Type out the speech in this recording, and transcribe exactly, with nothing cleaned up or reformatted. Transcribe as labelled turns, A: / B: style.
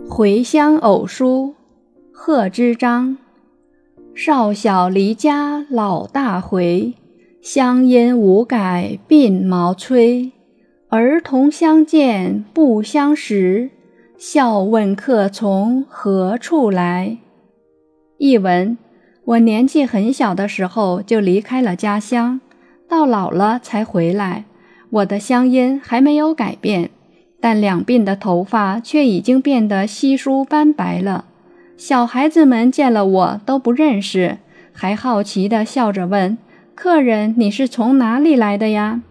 A: 回乡偶书，贺知章。少小离家老大回，乡音无改鬓毛衰。儿童相见不相识，笑问客从何处来。译文：我年纪很小的时候就离开了家乡，到老了才回来。我的乡音还没有改变，但两鬓的头发却已经变得稀疏斑白了。小孩子们见了我都不认识，还好奇地笑着问：客人，你是从哪里来的呀？